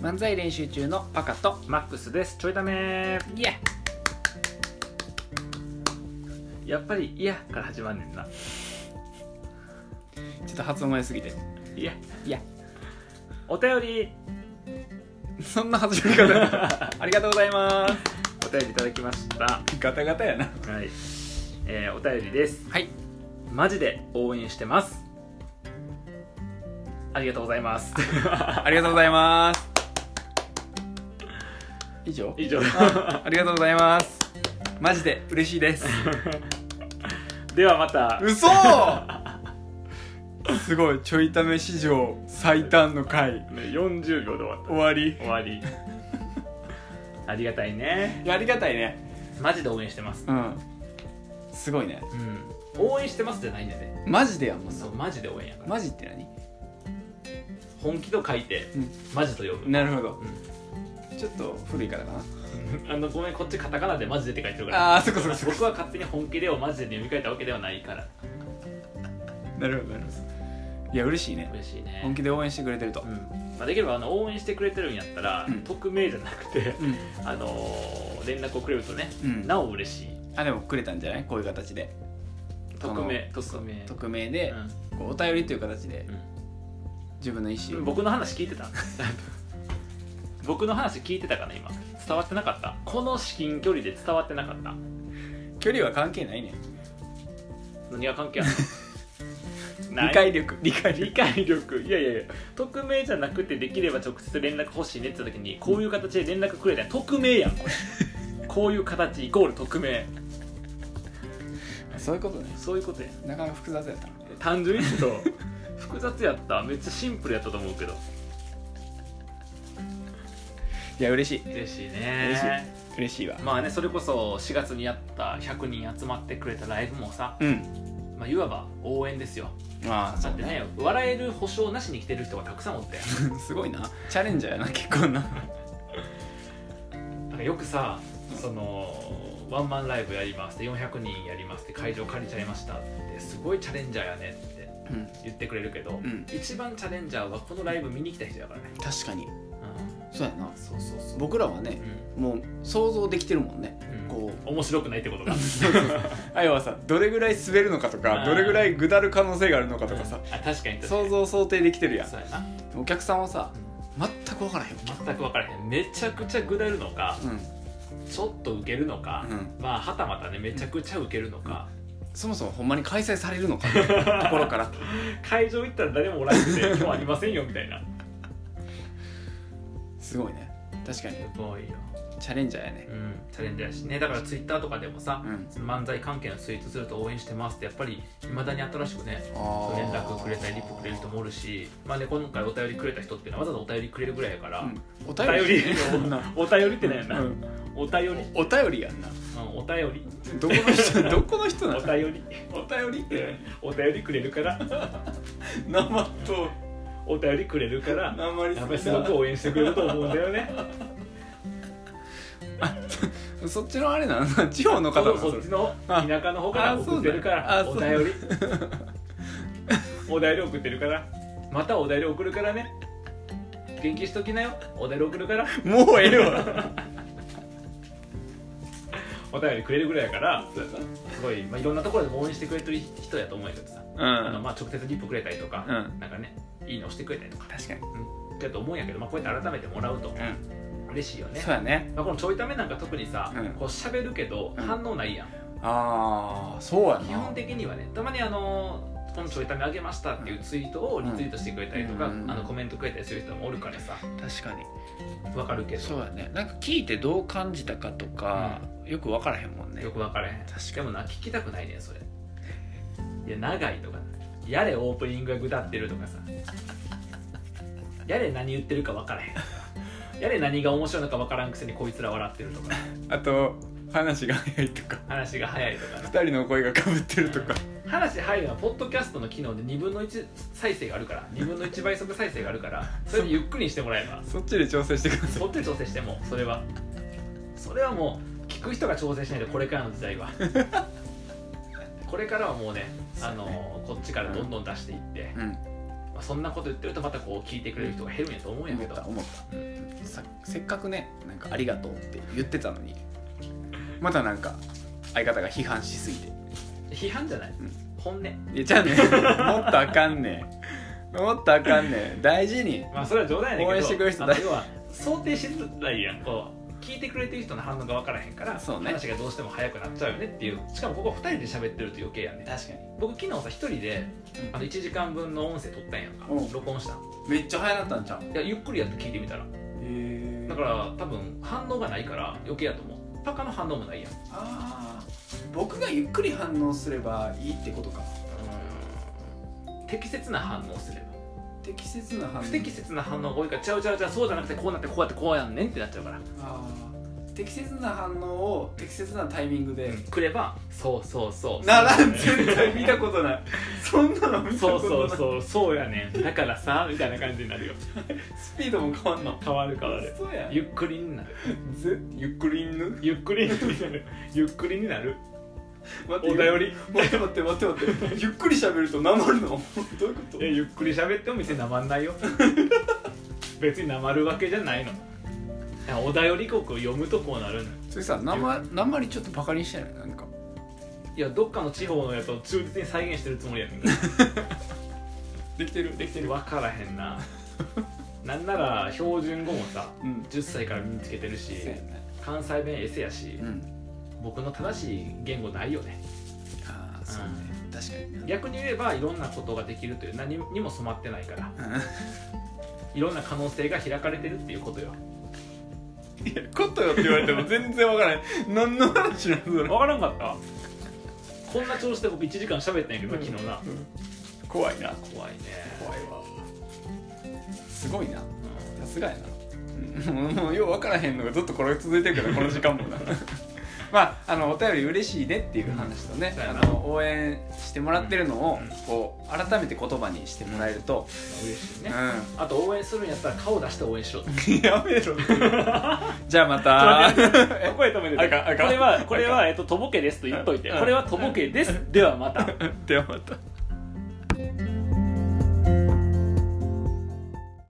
漫才練習中のパカとマックスです。ちょいためイエやっぱりいやから始まんねんな。 ちょっと発音が良すぎていやいやお便りそんな始まり方ありがとうございますお便りいただきましたガタガタやなはい、お便りです。 はいマジで応援してます。ありがとうございますありがとうございます以上以上ありがとうございますマジで嬉しいですではまた。 嘘すごいちょいため史上最短の回、 ね、40秒で終わった。 終わり終わりありがたいね。 いやありがたいねマジで応援してます。 うんすごいねうん応援してますじゃないんだよね。 マジでやんもんなそうマジで応援やから。 マジって何本気と書いて、 うんマジと呼ぶ。 なるほど、 うんちょっと古いからかなごめんこっちカタカナでマジでって書いてるから。 ああそっかそっかそっか僕は勝手に本気でをマジで読み替えたわけではないから。 なるほどなるほどいや嬉しいね嬉しいね。 本気で応援してくれてると、 うんまあ、できれば応援してくれてるんやったら、 うん匿名じゃなくて、 うん連絡をくれるとね、 うんなお嬉しい。 あでもくれたんじゃないこういう形で匿名この匿名匿名で、こうお便りという形で自分の意思を、 僕の話聞いてた僕の話聞いてたかな今。伝わってなかった。この至近距離で伝わってなかった。 距離は関係ないね何が関係あるの理解力理解力いや匿名じゃなくてできれば直接連絡欲しいねって言った時にこういう形で連絡くれたら匿名やんこれこういう形イコール匿名。 そういうことねそういうことや。 なかなか複雑やったな単純に言うと複雑やった。めっちゃシンプルやったと思うけど。 いや嬉しい嬉しいね。 嬉しいわまあねそれこそ4月にやった100人集まってくれたライブもさ、 うんまあ、いわば応援ですよ。 ああだってね笑える保証なしに来てる人がたくさんおってすごいなチャレンジャーやな結構ななんかよくさそのワンマンライブやりますって400人やりますって会場借りちゃいましたってすごいチャレンジャーやねってうん言ってくれるけど、 ん一番チャレンジャーはこのライブ見に来た人やからね。 確かにうそうやなそうそうそう。 僕らはね、もう想像できてるもんね、こう面白くないってことがあ要はさどれぐらい滑るのかとかどれぐらいぐだる可能性があるのかとかさ、 あ確かに想像想定できてるやん。 そうやな。 お客さんはさ全く分からへん全く分からへん。めちゃくちゃぐだるのか、 うんちょっとウケるのか、 うんまあはたまたねめちゃくちゃウケるのか、 そもそもほんまに開催されるのかっていうところから会場行ったら誰もおらんくて今日ありませんよみたいな。 すごいね確かにすごいよ。 チャレンジャーやねチャレンジャーやしね。だからツイッターとかでもさ、 うんその漫才関係のツイートすると応援してますってやっぱり未だに新しくねあ連絡くれたりリップくれる人もおるし、まあね今回お便りくれた人っていうのはわざわざお便りくれるぐらいやから、 うんおお便りそんなお便りってなんやな、 うんお便り、 お便りやんなお便りどこの人どこの人なのお便りお便りってお便りくれるから生とお便りくれるから生やっぱりすごく応援してくれると思うんだよね。 そっちのあれなの地方の方もそっちの田舎の方から送ってるからおあそうだ便りお便り送ってるからまたお便り送るからね元気しときなよ。お便り送るからもうええわお便りくれるぐらいやからすごい、まあ、いろんなところでも応援してくれてる人やと思うんやけどさ、 うんまあ、直接リップくれたりとか、 うんなんかねいいのしてくれたりとか確かにだと思うんやけど、まあ、こうやって改めてもらうとうん嬉しいよね。 そうやねまあ、このちょいためなんか特にさ、 うんこう喋るけどうん反応ないやん、 ああそうやな基本的にはね。たまにこのちょいためあげましたっていうツイートをリツイートしてくれたりとか、 うんコメントくれたりする人もおるからさ確かにわかるけどそうやねなんか聞いてどう感じたかとか、よく分からへんもんねよく分からへん。 確かにでもな聞きたくないねんそれ。いや長いとかやれオープニングがぐだってるとかさやれ何言ってるか分からへんとかやれ何が面白いのか分からんくせにこいつら笑ってるとかあと話が早いとか話が早いとかな。 2人の声がかぶってるとか話早いのはポッドキャストの機能で2分の1再生があるから2分の1倍速再生があるからそれでゆっくりにしてもらえばそっちで調整してくださいそっちで調整してもそれはもう聞く人が調整しないとこれからの時代はこれからはもうねこっちからどんどん出していって、 うんまあ、 そんなこと言ってるとまたこう聞いてくれる人が減るんやと思うんやけど、 思ったせっかくねなんかありがとうって言ってたのにまたなんか相方が批判しすぎて批判じゃない、本音。 いやじゃあねもっとあかんねんもっとあかんねん大事にまあそれは冗談やねんけど、 応援してくれる人だ要は想定しづらいやん、こう聞いてくれてる人の反応が分からへんから、 そうね、 話がどうしても早くなっちゃうよねっていう。しかもここ2人で喋ってると余計やねん。 確かに僕昨日さ1人で1時間分の音声撮ったんやんか、録音したん。 めっちゃ早なったんちゃう。 いやゆっくりやって聞いてみたら、だから多分反応がないから余計やと思う。パカの反応もないやん。 ああ僕がゆっくり反応すればいいってことか。 適切な反応すれば。 適切な反応、 不適切な反応が多いから、ちゃうそうじゃなくてこうなってこうやってこうやんねんってなっちゃうから。 適切な反応を適切なタイミングで、 くれば、そうならん、絶対見たことないそんなの見たことない。 そうやねん、だからさみたいな感じになるよ。 スピードも変わんの。 変わるそうやゆっくりになる。 ゆっくりになるゆっくりになる。 待ってお便り待ってゆっくり喋るとなまるのどういうこと？ ゆっくり喋っても店なまんないよ別になまるわけじゃないの。お便り国を読むとこうなるの。 それさ、なまりちょっとバカにしてない？なんかいや、どっかの地方のやつを忠実に再現してるつもりやねんけどできてる分からへんななんなら標準語もさ、10歳から身につけてるし、関西弁エセやし、僕の正しい言語ないよね。 ああ、そうね、確かに。 逆に言えばいろんなことができるという、何にも染まってないからいろんな可能性が開かれてるっていうことよ。 いや、ことよって言われても全然わからない何の話なのそれ。 分からんかった。こんな調子で僕1時間喋ったんやけど、昨日な。 怖いな。 怖いね。 怖いわ。すごいな。さすがやな。もうよう分からへんのがずっとこれ続いてるからこの時間もなまあ、お便り嬉しいねっていう話とね、応援してもらってるのをこう改めて言葉にしてもらえると嬉しいね、あと応援するんやったら顔出して応援しろやめろじゃあまたここへ止めてて、これはとぼけですと言っといて、これはとぼけですではまたではまた